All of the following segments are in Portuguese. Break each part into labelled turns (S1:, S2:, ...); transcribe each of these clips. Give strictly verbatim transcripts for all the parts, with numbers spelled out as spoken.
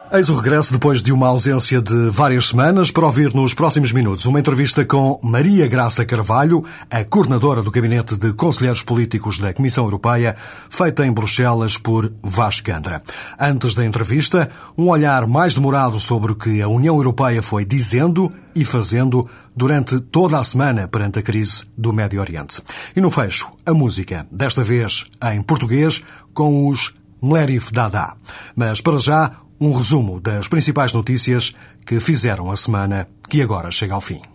S1: Eis o regresso depois de uma ausência de várias semanas para ouvir nos próximos minutos uma entrevista com Maria Graça Carvalho, a coordenadora do Gabinete de Conselheiros Políticos da Comissão Europeia, feita em Bruxelas por Vasco Gandra. Antes da entrevista, um olhar mais demorado sobre o que a União Europeia foi dizendo e fazendo durante toda a semana perante a crise do Médio Oriente. E no fecho, a música, desta vez em português, com os Mlerif Dada. Mas para já, um resumo das principais notícias que fizeram a semana que agora chega ao fim.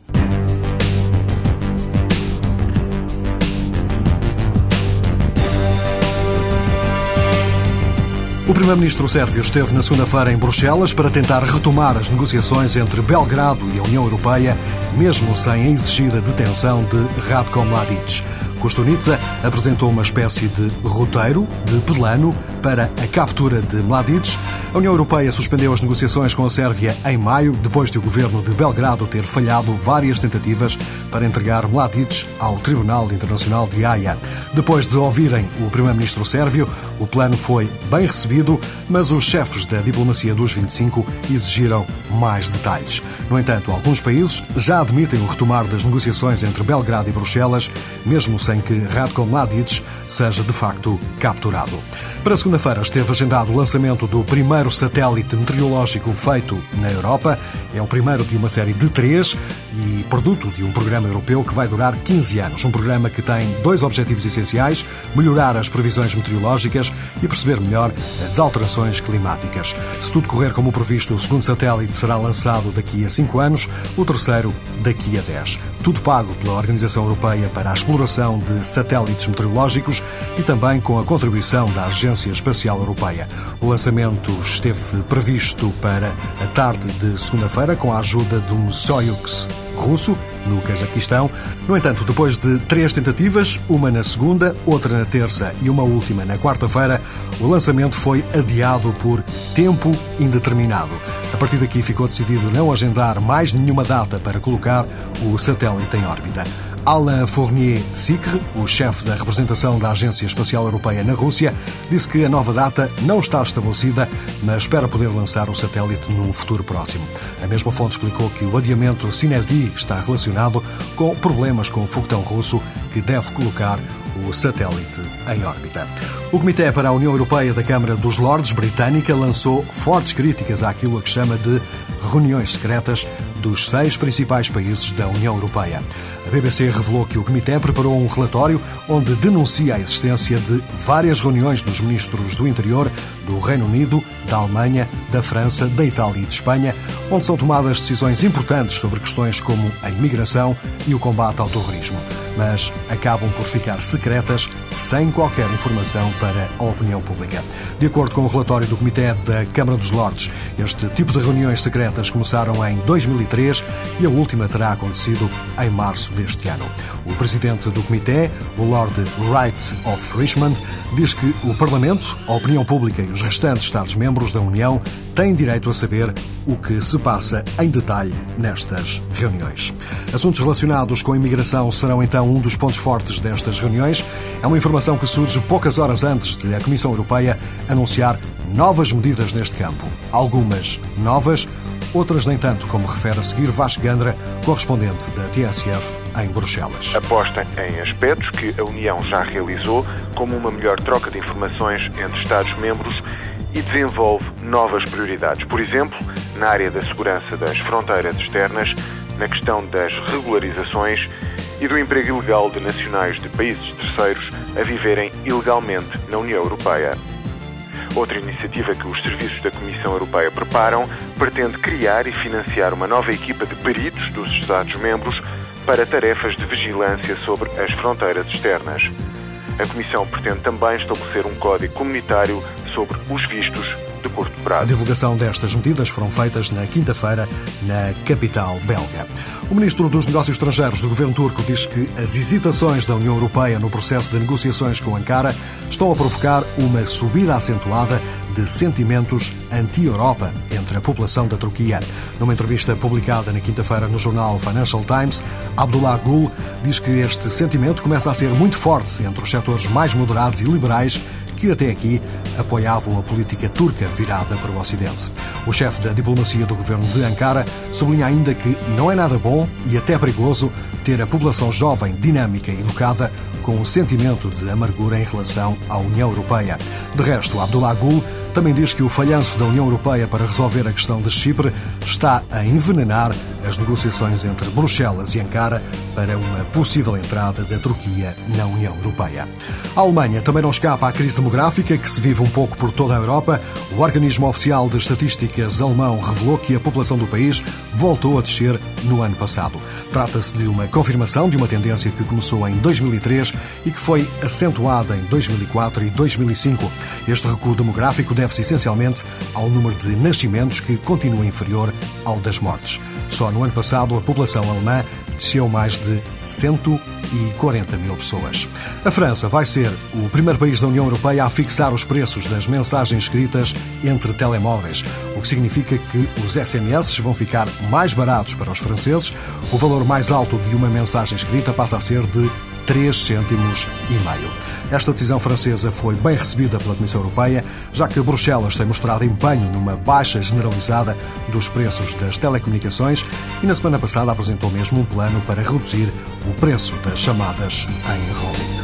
S1: O primeiro-ministro sérvio esteve na segunda-feira em Bruxelas para tentar retomar as negociações entre Belgrado e a União Europeia, mesmo sem a exigida detenção de Ratko Mladic. Kostunica apresentou uma espécie de roteiro, de plano, para a captura de Mladic. A União Europeia suspendeu as negociações com a Sérvia em maio, depois de o governo de Belgrado ter falhado várias tentativas para entregar Mladic ao Tribunal Internacional de Haia. Depois de ouvirem o primeiro-ministro sérvio, o plano foi bem recebido, mas os chefes da diplomacia dos vinte e cinco exigiram mais detalhes. No entanto, alguns países já admitem o retomar das negociações entre Belgrado e Bruxelas, mesmo sem que Ratko Mladic seja de facto capturado. Para segunda-feira esteve agendado o lançamento do primeiro satélite meteorológico feito na Europa. É o primeiro de uma série de três e produto de um programa europeu que vai durar quinze anos. Um programa que tem dois objetivos essenciais: melhorar as previsões meteorológicas e perceber melhor as alterações climáticas. Se tudo correr como previsto, o segundo satélite será lançado daqui a cinco anos, o terceiro daqui a dez. Tudo pago pela Organização Europeia para a Exploração de Satélites Meteorológicos e também com a contribuição da Agência Espacial Europeia. O lançamento esteve previsto para a tarde de segunda-feira com a ajuda de um Soyuz russo no Cazaquistão. No entanto, depois de três tentativas, uma na segunda, outra na terça e uma última na quarta-feira, o lançamento foi adiado por tempo indeterminado. A partir daqui ficou decidido não agendar mais nenhuma data para colocar o satélite em órbita. Alain Fournier-Sicre, o chefe da representação da Agência Espacial Europeia na Rússia, disse que a nova data não está estabelecida, mas espera poder lançar o satélite num futuro próximo. A mesma fonte explicou que o adiamento sine die está relacionado com problemas com o foguetão russo que deve colocar o satélite em órbita. O Comitê para a União Europeia da Câmara dos Lordes britânica lançou fortes críticas àquilo a que chama de reuniões secretas dos seis principais países da União Europeia. A B B C revelou que o Comitê preparou um relatório onde denuncia a existência de várias reuniões dos ministros do Interior do Reino Unido, da Alemanha, da França, da Itália e de Espanha, onde são tomadas decisões importantes sobre questões como a imigração e o combate ao terrorismo, mas acabam por ficar secretas sem qualquer informação para a opinião pública. De acordo com o relatório do Comitê da Câmara dos Lordes, este tipo de reuniões secretas começaram em dois mil e três e a última terá acontecido em março deste ano. O presidente do Comitê, o Lord Wright of Richmond, diz que o Parlamento, a opinião pública e os restantes Estados-membros da União têm direito a saber o que se passa em detalhe nestas reuniões. Assuntos relacionados com a imigração serão então um dos pontos fortes destas reuniões. É uma informação que surge poucas horas antes de a Comissão Europeia anunciar novas medidas neste campo. Algumas novas, outras nem tanto, como refere a seguir Vasco Gandra, correspondente da T S F em Bruxelas.
S2: Aposta em aspectos que a União já realizou, como uma melhor troca de informações entre Estados-membros, e desenvolve novas prioridades. Por exemplo, na área da segurança das fronteiras externas, na questão das regularizações e do emprego ilegal de nacionais de países terceiros a viverem ilegalmente na União Europeia. Outra iniciativa que os serviços da Comissão Europeia preparam pretende criar e financiar uma nova equipa de peritos dos Estados-membros para tarefas de vigilância sobre as fronteiras externas. A Comissão pretende também estabelecer um código comunitário sobre os vistos de curto prazo.
S1: A divulgação destas medidas foram feitas na quinta-feira na capital belga. O ministro dos Negócios Estrangeiros do governo turco diz que as hesitações da União Europeia no processo de negociações com Ankara estão a provocar uma subida acentuada de sentimentos anti-Europa entre a população da Turquia. Numa entrevista publicada na quinta-feira no jornal Financial Times, Abdullah Gül diz que este sentimento começa a ser muito forte entre os setores mais moderados e liberais que até aqui apoiavam a política turca virada para o Ocidente. O chefe da diplomacia do governo de Ankara sublinha ainda que não é nada bom e até perigoso ter a população jovem, dinâmica e educada com um sentimento de amargura em relação à União Europeia. De resto, Abdullah Gül também diz que o falhanço da União Europeia para resolver a questão de Chipre está a envenenar as negociações entre Bruxelas e Ankara para uma possível entrada da Turquia na União Europeia. A Alemanha também não escapa à crise demográfica que se vive um pouco por toda a Europa. O organismo oficial de estatísticas alemão revelou que a população do país voltou a descer no ano passado. Trata-se de uma confirmação de uma tendência que começou em dois mil e três e que foi acentuada em dois mil e quatro e dois mil e cinco. Este recuo demográfico deve-se essencialmente ao número de nascimentos que continua inferior ao das mortes. Só no ano passado a população alemã desceu mais de cento e quarenta mil pessoas. A França vai ser o primeiro país da União Europeia a fixar os preços das mensagens escritas entre telemóveis, o que significa que os S M S vão ficar mais baratos para os franceses. O valor mais alto de uma mensagem escrita passa a ser de três cêntimos e meio. Esta decisão francesa foi bem recebida pela Comissão Europeia, já que Bruxelas tem mostrado empenho numa baixa generalizada dos preços das telecomunicações e na semana passada apresentou mesmo um plano para reduzir o preço das chamadas em roaming.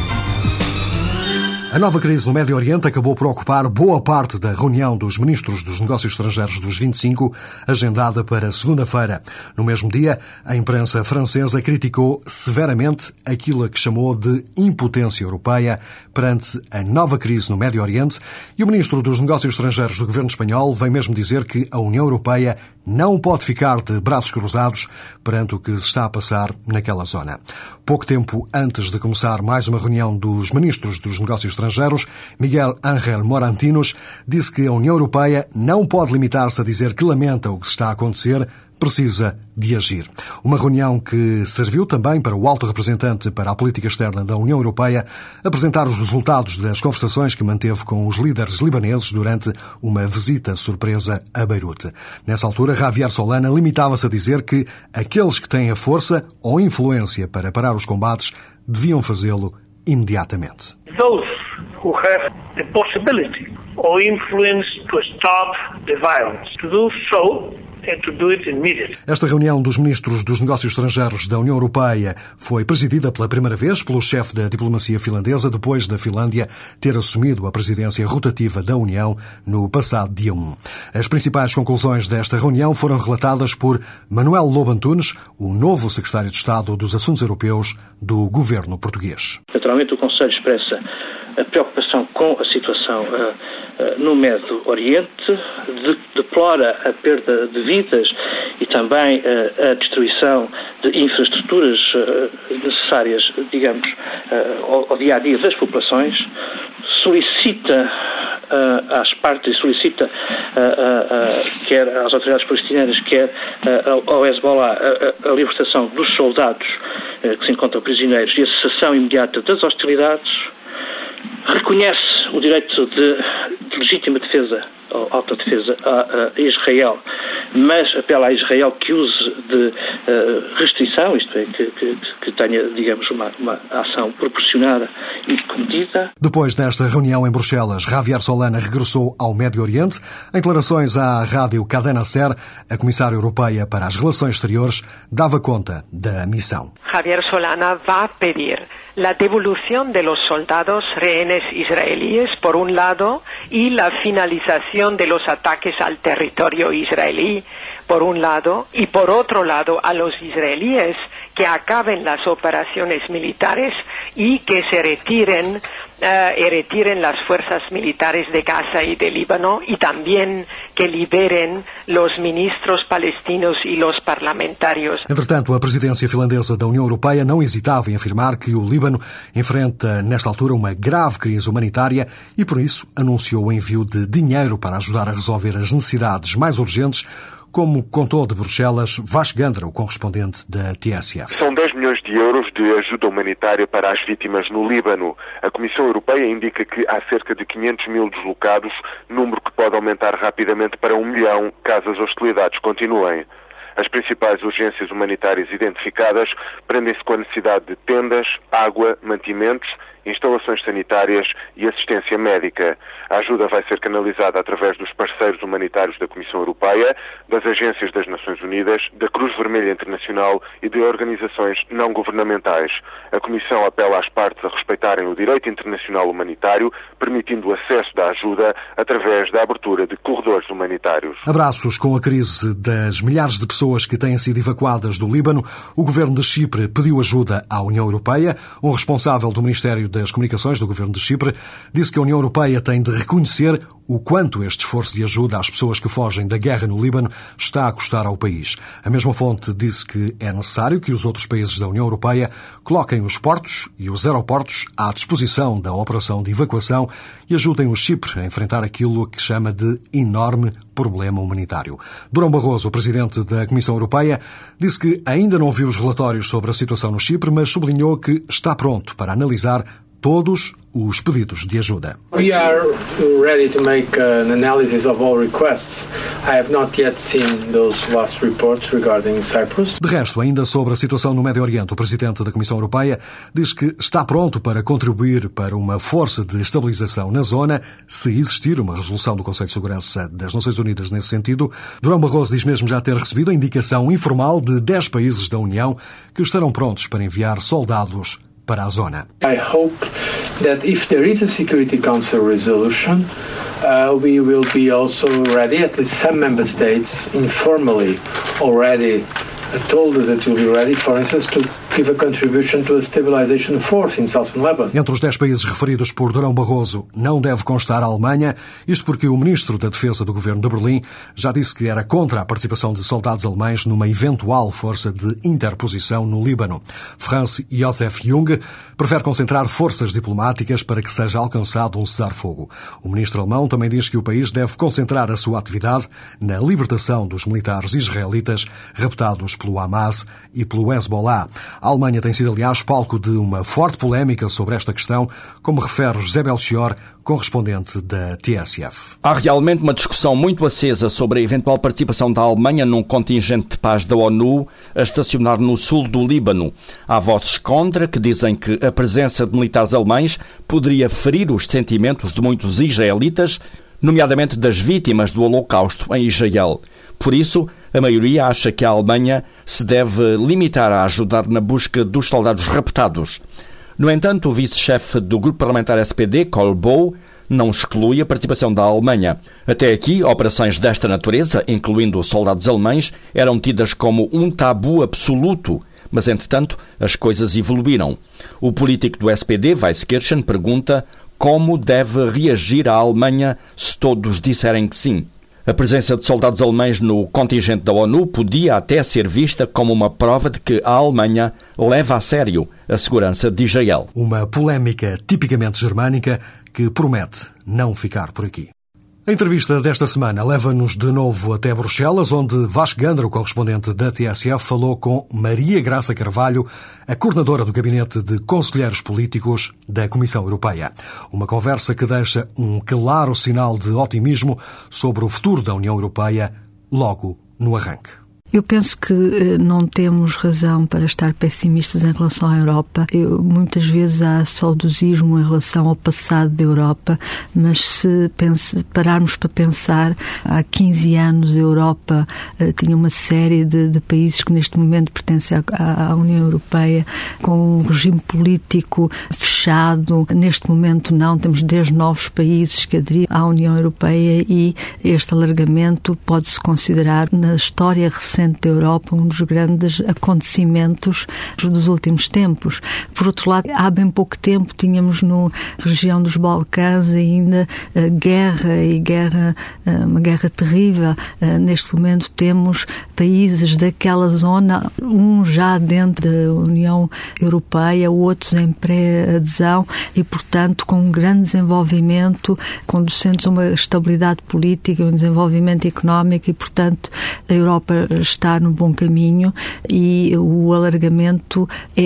S1: A nova crise no Médio Oriente acabou por ocupar boa parte da reunião dos ministros dos negócios estrangeiros dos vinte e cinco, agendada para segunda-feira. No mesmo dia, a imprensa francesa criticou severamente aquilo a que chamou de impotência europeia perante a nova crise no Médio Oriente e o ministro dos negócios estrangeiros do governo espanhol vem mesmo dizer que a União Europeia não pode ficar de braços cruzados perante o que se está a passar naquela zona. Pouco tempo antes de começar mais uma reunião dos ministros dos negócios estrangeiros, Miguel Ángel Morantinos disse que a União Europeia não pode limitar-se a dizer que lamenta o que se está a acontecer, precisa de agir. Uma reunião que serviu também para o alto representante para a política externa da União Europeia apresentar os resultados das conversações que manteve com os líderes libaneses durante uma visita surpresa a Beirute. Nessa altura, Javier Solana limitava-se a dizer que aqueles que têm a força ou influência para parar os combates deviam fazê-lo imediatamente.
S3: Those who have the possibility or influence to stop the violence, to do so and to do it immediately.
S1: Esta reunião dos ministros dos negócios estrangeiros da União Europeia foi presidida pela primeira vez pelo chefe da diplomacia finlandesa, depois da Finlândia ter assumido a presidência rotativa da União no passado dia um. As principais conclusões desta reunião foram relatadas por Manuel Lobo Antunes, o novo secretário de Estado dos Assuntos Europeus do governo português.
S4: Naturalmente, o Conselho expressa a preocupação com a situação uh, uh, no Médio Oriente, de, deplora a perda de vidas e também uh, a destruição de infraestruturas uh, necessárias, digamos, uh, ao, ao dia-a-dia das populações, solicita uh, às partes, solicita uh, uh, uh, quer às autoridades palestinianas, quer uh, ao Hezbollah a, a, a libertação dos soldados uh, que se encontram prisioneiros e a cessação imediata das hostilidades. Reconhece o direito de, de legítima defesa, ou autodefesa, a, a Israel, mas apela a Israel que use de uh, restrição, isto é, que, que, que tenha, digamos, uma, uma ação proporcionada e comedida.
S1: Depois desta reunião em Bruxelas, Javier Solana regressou ao Médio Oriente. Em declarações à rádio Cadena Ser, a comissária europeia para as relações exteriores dava conta da missão.
S5: Javier Solana vai pedir la devolución de los soldados rehenes israelíes, por un lado, y la finalización de los ataques al territorio israelí, por un lado, y por otro lado, a los israelíes que acaben las operaciones militares y que se retiren, uh, y retiren las fuerzas militares de Gaza y de Líbano, y también que liberen los ministros palestinos y los parlamentarios.
S1: Entretanto, a presidência finlandesa da União Europeia não hesitava em afirmar que o Líbano enfrenta, nesta altura, uma grave crise humanitária e, por isso, anunciou o envio de dinheiro para ajudar a resolver as necessidades mais urgentes, como contou de Bruxelas Vasco Gandra, o correspondente da T S F.
S2: São dez milhões de euros de ajuda humanitária para as vítimas no Líbano. A Comissão Europeia indica que há cerca de quinhentos mil deslocados, número que pode aumentar rapidamente para um milhão caso as hostilidades continuem. As principais urgências humanitárias identificadas prendem-se com a necessidade de tendas, água, mantimentos instalações sanitárias e assistência médica. A ajuda vai ser canalizada através dos parceiros humanitários da Comissão Europeia, das agências das Nações Unidas, da Cruz Vermelha Internacional e de organizações não governamentais. A Comissão apela às partes a respeitarem o direito internacional humanitário, permitindo o acesso da ajuda através da abertura de corredores humanitários.
S1: Abraços. Com a crise das milhares de pessoas que têm sido evacuadas do Líbano, o governo de Chipre pediu ajuda à União Europeia. Um responsável do Ministério das Comunicações do governo de Chipre disse que a União Europeia tem de reconhecer o quanto este esforço de ajuda às pessoas que fogem da guerra no Líbano está a custar ao país. A mesma fonte disse que é necessário que os outros países da União Europeia coloquem os portos e os aeroportos à disposição da operação de evacuação e ajudem o Chipre a enfrentar aquilo que chama de enorme problema humanitário. Durão Barroso, o presidente da Comissão Europeia, disse que ainda não viu os relatórios sobre a situação no Chipre, mas sublinhou que está pronto para analisar todos os pedidos de ajuda.
S6: We are ready to make an analysis of all requests. I have not yet seen those last reports regarding Cyprus.
S1: De resto, ainda sobre a situação no Médio Oriente, o presidente da Comissão Europeia diz que está pronto para contribuir para uma força de estabilização na zona, se existir uma resolução do Conselho de Segurança das Nações Unidas nesse sentido. Durão Barroso diz mesmo já ter recebido a indicação informal de dez países da União que estarão prontos para enviar soldados para a zona.
S6: I hope that if there is a Security Council resolution, uh, we will be also ready, at least some member states informally already told us that we'll be ready, for instance, to give a contribution to a stabilization force in southern Lebanon.
S1: Entre os dez países referidos por Durão Barroso não deve constar a Alemanha, isto porque o ministro da Defesa do governo de Berlim já disse que era contra a participação de soldados alemães numa eventual força de interposição no Líbano. Franz Josef Jung prefere concentrar forças diplomáticas para que seja alcançado um cessar-fogo. O ministro alemão também diz que o país deve concentrar a sua atividade na libertação dos militares israelitas raptados pelo Hamas e pelo Hezbollah. A Alemanha tem sido, aliás, palco de uma forte polémica sobre esta questão, como refere José Belchior, correspondente da T S F.
S7: Há realmente uma discussão muito acesa sobre a eventual participação da Alemanha num contingente de paz da ONU a estacionar no sul do Líbano. Há vozes contra que dizem que a presença de militares alemães poderia ferir os sentimentos de muitos israelitas, nomeadamente das vítimas do Holocausto em Israel. Por isso, a maioria acha que a Alemanha se deve limitar a ajudar na busca dos soldados raptados. No entanto, o vice-chefe do grupo parlamentar S P D, Kolbow, não exclui a participação da Alemanha. Até aqui, operações desta natureza, incluindo soldados alemães, eram tidas como um tabu absoluto, mas, entretanto, as coisas evoluíram. O político do S P D, Weiskirchen, pergunta como deve reagir a Alemanha se todos disserem que sim. A presença de soldados alemães no contingente da ONU podia até ser vista como uma prova de que a Alemanha leva a sério a segurança de Israel.
S1: Uma polémica tipicamente germânica que promete não ficar por aqui. A entrevista desta semana leva-nos de novo até Bruxelas, onde Vasco Gandra, o correspondente da T S F, falou com Maria Graça Carvalho, a coordenadora do Gabinete de Conselheiros Políticos da Comissão Europeia. Uma conversa que deixa um claro sinal de otimismo sobre o futuro da União Europeia logo no arranque.
S8: Eu penso que não temos razão para estar pessimistas em relação à Europa. Eu, muitas vezes há saudosismo em relação ao passado da Europa, mas se pense, pararmos para pensar, há quinze anos a Europa uh, tinha uma série de, de países que neste momento pertencem à, à União Europeia, com um regime político fechado. Neste momento não, temos dez novos países que aderiram à União Europeia e este alargamento pode-se considerar na história recente da Europa um dos grandes acontecimentos dos últimos tempos. Por outro lado, há bem pouco tempo tínhamos na região dos Balcãs ainda uh, guerra e guerra, uh, uma guerra terrível. Uh, neste momento temos países daquela zona, um já dentro da União Europeia, outros em pré-adesão e, portanto, com um grande desenvolvimento, conducentes a uma estabilidade política, um desenvolvimento económico e, portanto, a Europa está no bom caminho e o alargamento é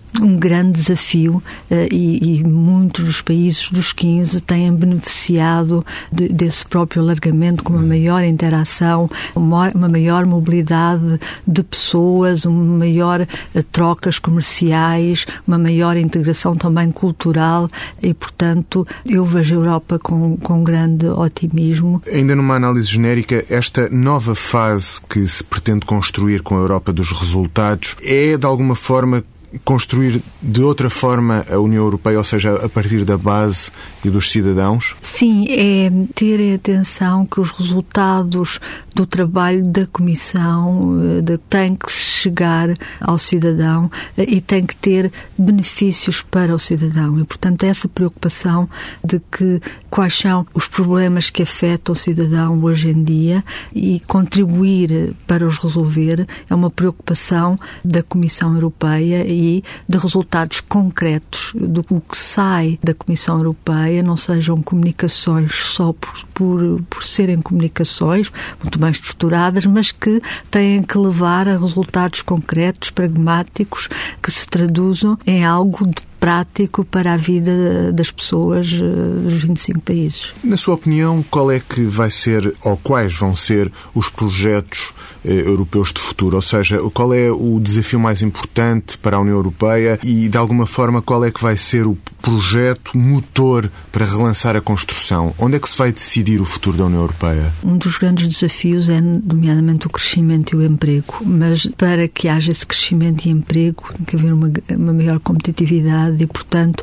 S8: um grande desafio e, e muitos dos países dos quinze têm beneficiado de, desse próprio alargamento, com uma maior interação, uma, uma maior mobilidade de pessoas, uma maior trocas comerciais, uma maior integração também cultural e, portanto, eu vejo a Europa com, com grande otimismo.
S9: Ainda numa análise genérica, esta nova fase que se pretende construir com a Europa dos resultados é, de alguma forma, construir de outra forma a União Europeia, ou seja, a partir da base e dos cidadãos?
S8: Sim, é ter atenção que os resultados do trabalho da Comissão de, têm que chegar ao cidadão e têm que ter benefícios para o cidadão. E, portanto, essa preocupação de que quais são os problemas que afetam o cidadão hoje em dia e contribuir para os resolver é uma preocupação da Comissão Europeia e de resultados concretos do que sai da Comissão Europeia, não sejam comunicações só por, por, por serem comunicações muito bem estruturadas, mas que têm que levar a resultados concretos, pragmáticos, que se traduzam em algo de prático para a vida das pessoas dos vinte e cinco países.
S9: Na sua opinião, qual é que vai ser, ou quais vão ser os projetos eh, europeus de futuro? Ou seja, qual é o desafio mais importante para a União Europeia e, de alguma forma, qual é que vai ser o projeto motor para relançar a construção? Onde é que se vai decidir o futuro da União Europeia?
S8: Um dos grandes desafios é, nomeadamente, o crescimento e o emprego. Mas, para que haja esse crescimento e emprego, tem que haver uma, uma maior competitividade e, portanto,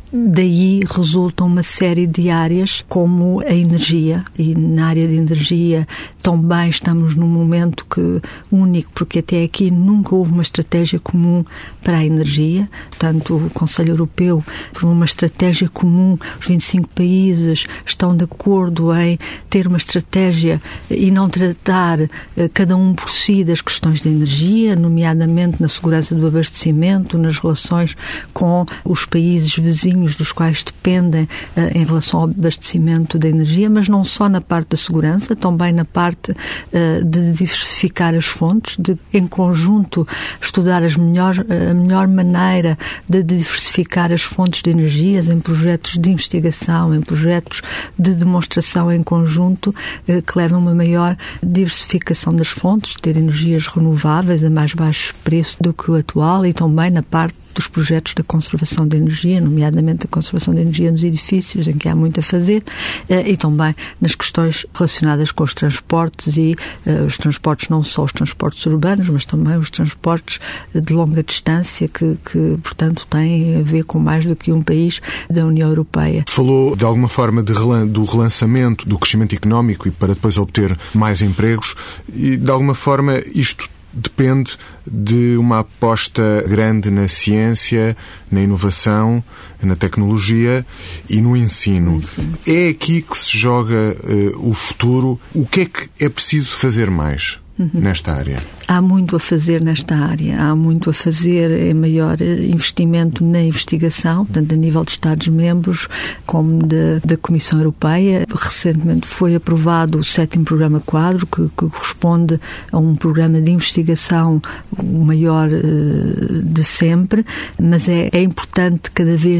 S8: daí resultam uma série de áreas como a energia, e na área de energia também estamos num momento que, único, porque até aqui nunca houve uma estratégia comum para a energia. Portanto, o Conselho Europeu, por uma estratégia comum, os vinte e cinco países estão de acordo em ter uma estratégia e não tratar cada um por si das questões de energia, nomeadamente na segurança do abastecimento, nas relações com os países vizinhos dos quais dependem uh, em relação ao abastecimento da energia, mas não só na parte da segurança, também na parte uh, de diversificar as fontes, de, em conjunto, estudar as melhor, a melhor maneira de diversificar as fontes de energias em projetos de investigação, em projetos de demonstração em conjunto, uh, que levam a uma maior diversificação das fontes, ter energias renováveis a mais baixo preço do que o atual, e também na parte dos projetos da conservação de energia, nomeadamente a conservação de energia nos edifícios, em que há muito a fazer, e também nas questões relacionadas com os transportes e uh, os transportes, não só os transportes urbanos, mas também os transportes de longa distância, que, que portanto, têm a ver com mais do que um país da União Europeia.
S9: Falou, de alguma forma, de relan- do relançamento do crescimento económico e para depois obter mais empregos, e, de alguma forma, isto depende de uma aposta grande na ciência, na inovação, na tecnologia e no ensino.
S8: Sim.
S9: É aqui que se joga uh, o futuro. O que é que é preciso fazer mais uhum. nesta área?
S8: Há muito a fazer nesta área, há muito a fazer em maior investimento na investigação, tanto a nível de Estados-membros como de, da Comissão Europeia. Recentemente foi aprovado o sétimo Programa Quadro, que, que corresponde a um programa de investigação o maior uh, de sempre, mas é, é importante cada vez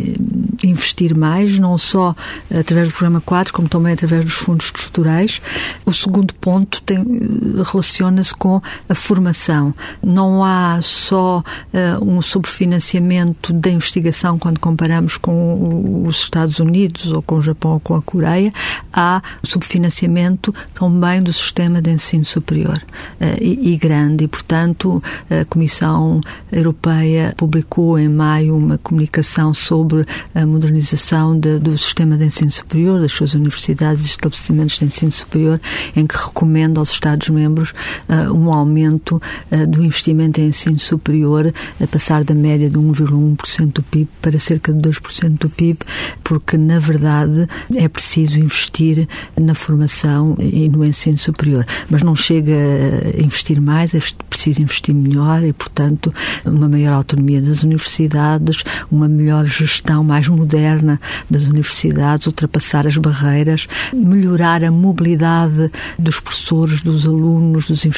S8: investir mais, não só através do Programa Quadro, como também através dos fundos estruturais. O segundo ponto tem, relaciona-se com a formação. Não há só uh, um sobrefinanciamento da investigação quando comparamos com os Estados Unidos ou com o Japão ou com a Coreia. Há subfinanciamento também do sistema de ensino superior uh, e, e grande. E, portanto, a Comissão Europeia publicou em maio uma comunicação sobre a modernização de, do sistema de ensino superior, das suas universidades e estabelecimentos de ensino superior, em que recomenda aos Estados-membros uh, um aumento uh, do investimento em ensino superior, a passar da média de um vírgula um por cento do P I B para cerca de dois por cento do P I B, porque, na verdade, é preciso investir na formação e no ensino superior. Mas não chega a investir mais, é preciso investir melhor e, portanto, uma maior autonomia das universidades, uma melhor gestão mais moderna das universidades, ultrapassar as barreiras, melhorar a mobilidade dos professores, dos alunos, dos investigadores,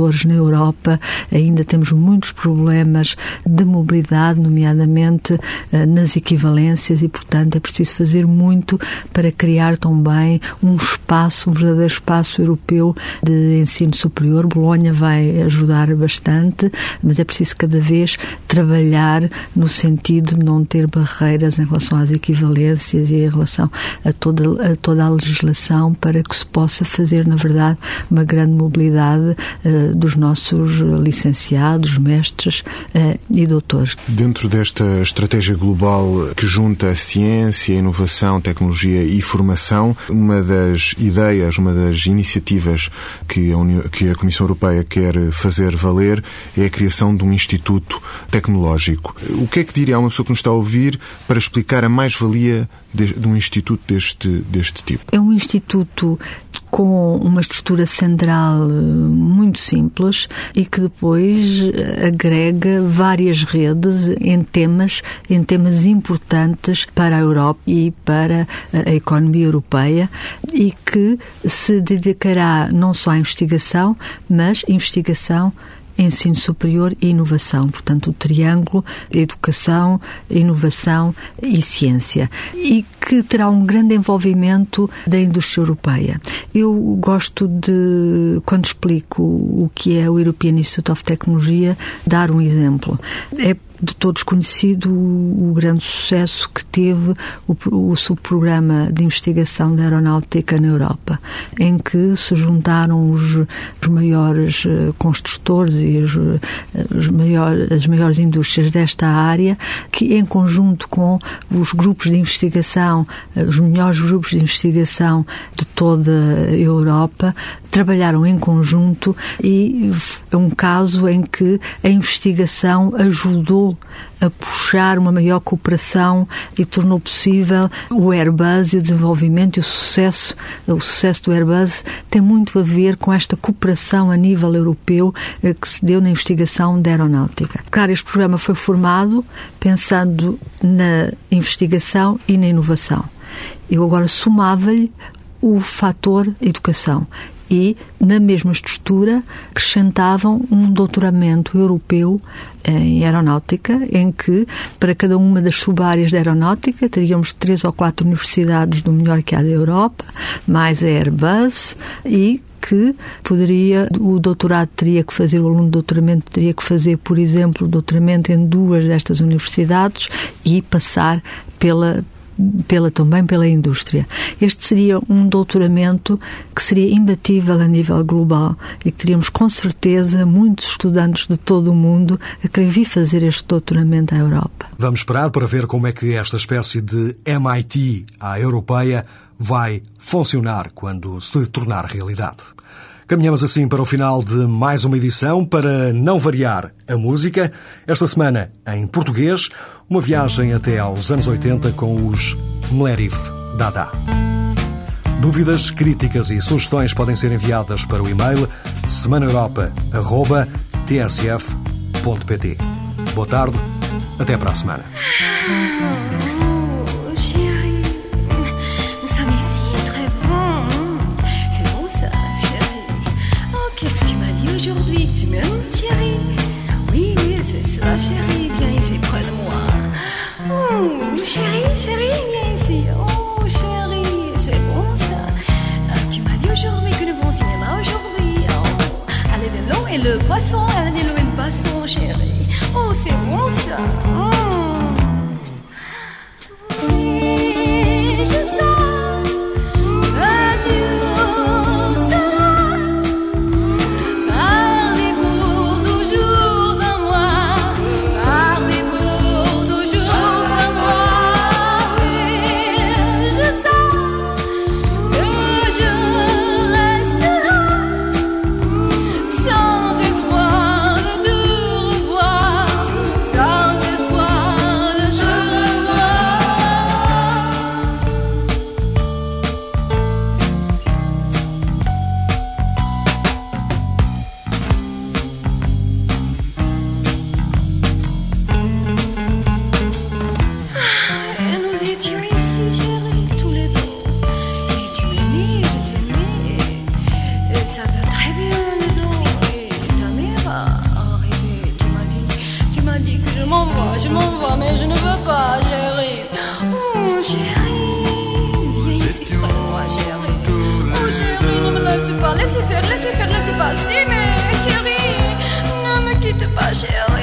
S8: superiores na Europa. Ainda temos muitos problemas de mobilidade, nomeadamente nas equivalências, e, portanto, é preciso fazer muito para criar também um espaço, um verdadeiro espaço europeu de ensino superior. Bolonha vai ajudar bastante, mas é preciso cada vez trabalhar no sentido de não ter barreiras em relação às equivalências e em relação a toda, a toda a legislação, para que se possa fazer, na verdade, uma grande mobilidade uh, dos nossos licenciados, mestres uh, e doutores.
S9: Dentro desta estratégia global que junta a ciência, a inovação, tecnologia e formação, uma das ideias, uma das iniciativas que a, União, que a Comissão Europeia quer fazer valer é a criação de um instituto tecnológico. O que é que diria a uma pessoa que nos está a ouvir para explicar a mais-valia de, de um instituto deste, deste tipo?
S8: É um instituto com uma estrutura central muito simples e que depois agrega várias redes em temas, em temas importantes para a Europa e para a economia europeia, e que se dedicará não só à investigação, mas investigação, ensino superior e inovação. Portanto, o triângulo educação, inovação e ciência. E que terá um grande envolvimento da indústria europeia. Eu gosto de, quando explico o que é o European Institute of Technology, dar um exemplo. É de todos conhecido o, o grande sucesso que teve o, o subprograma de investigação da aeronáutica na Europa, em que se juntaram os, os maiores construtores e os, os maiores, as maiores indústrias desta área, que em conjunto com os grupos de investigação, os melhores grupos de investigação de toda a Europa, trabalharam em conjunto, e é um caso em que a investigação ajudou a puxar uma maior cooperação e tornou possível o Airbus e o desenvolvimento e o sucesso. O sucesso do Airbus tem muito a ver com esta cooperação a nível europeu que se deu na investigação da aeronáutica. Claro, este programa foi formado pensando na investigação e na inovação. Eu agora somava-lhe o fator educação. E, na mesma estrutura, acrescentavam um doutoramento europeu em aeronáutica, em que, para cada uma das sub-áreas da aeronáutica, teríamos três ou quatro universidades do melhor que há da Europa, mais a Airbus, e que poderia, o doutorado teria que fazer, o aluno de doutoramento teria que fazer, por exemplo, o doutoramento em duas destas universidades e passar pela Pela, também pela indústria. Este seria um doutoramento que seria imbatível a nível global e que teríamos com certeza muitos estudantes de todo o mundo a querer vir fazer este doutoramento à Europa.
S1: Vamos esperar para ver como é que esta espécie de M I T à europeia vai funcionar quando se tornar realidade. Caminhamos assim para o final de mais uma edição. Para não variar a música, esta semana em português, uma viagem até aos anos oitenta com os Mlerif Dada. Dúvidas, críticas e sugestões podem ser enviadas para o e-mail semana europa arroba t s f ponto p t. Boa tarde, até para a semana.
S10: Qu'est-ce que tu m'as dit aujourd'hui? Tu m'aimes, chérie? Oui, oui, c'est ça, chérie. Viens ici près de moi. Oh, chérie, chérie, viens ici. Oh, chérie, c'est bon ça. Ah, tu m'as dit aujourd'hui que nous vont au cinéma aujourd'hui. Oh, elle a de l'eau et le poisson. Elle a de l'eau et le poisson, chérie. Oh, c'est bon ça. Oh. Oui, je sais. Sans espoir de te revoir, sans espoir m'envoie, je m'envoie, mais je ne veux pas, chérie. Oh chérie, viens ici près de moi, chérie. Oh chérie, ne me laisse pas, laissez faire, laissez faire, laissez passer, mais chérie, ne me quitte pas, chérie.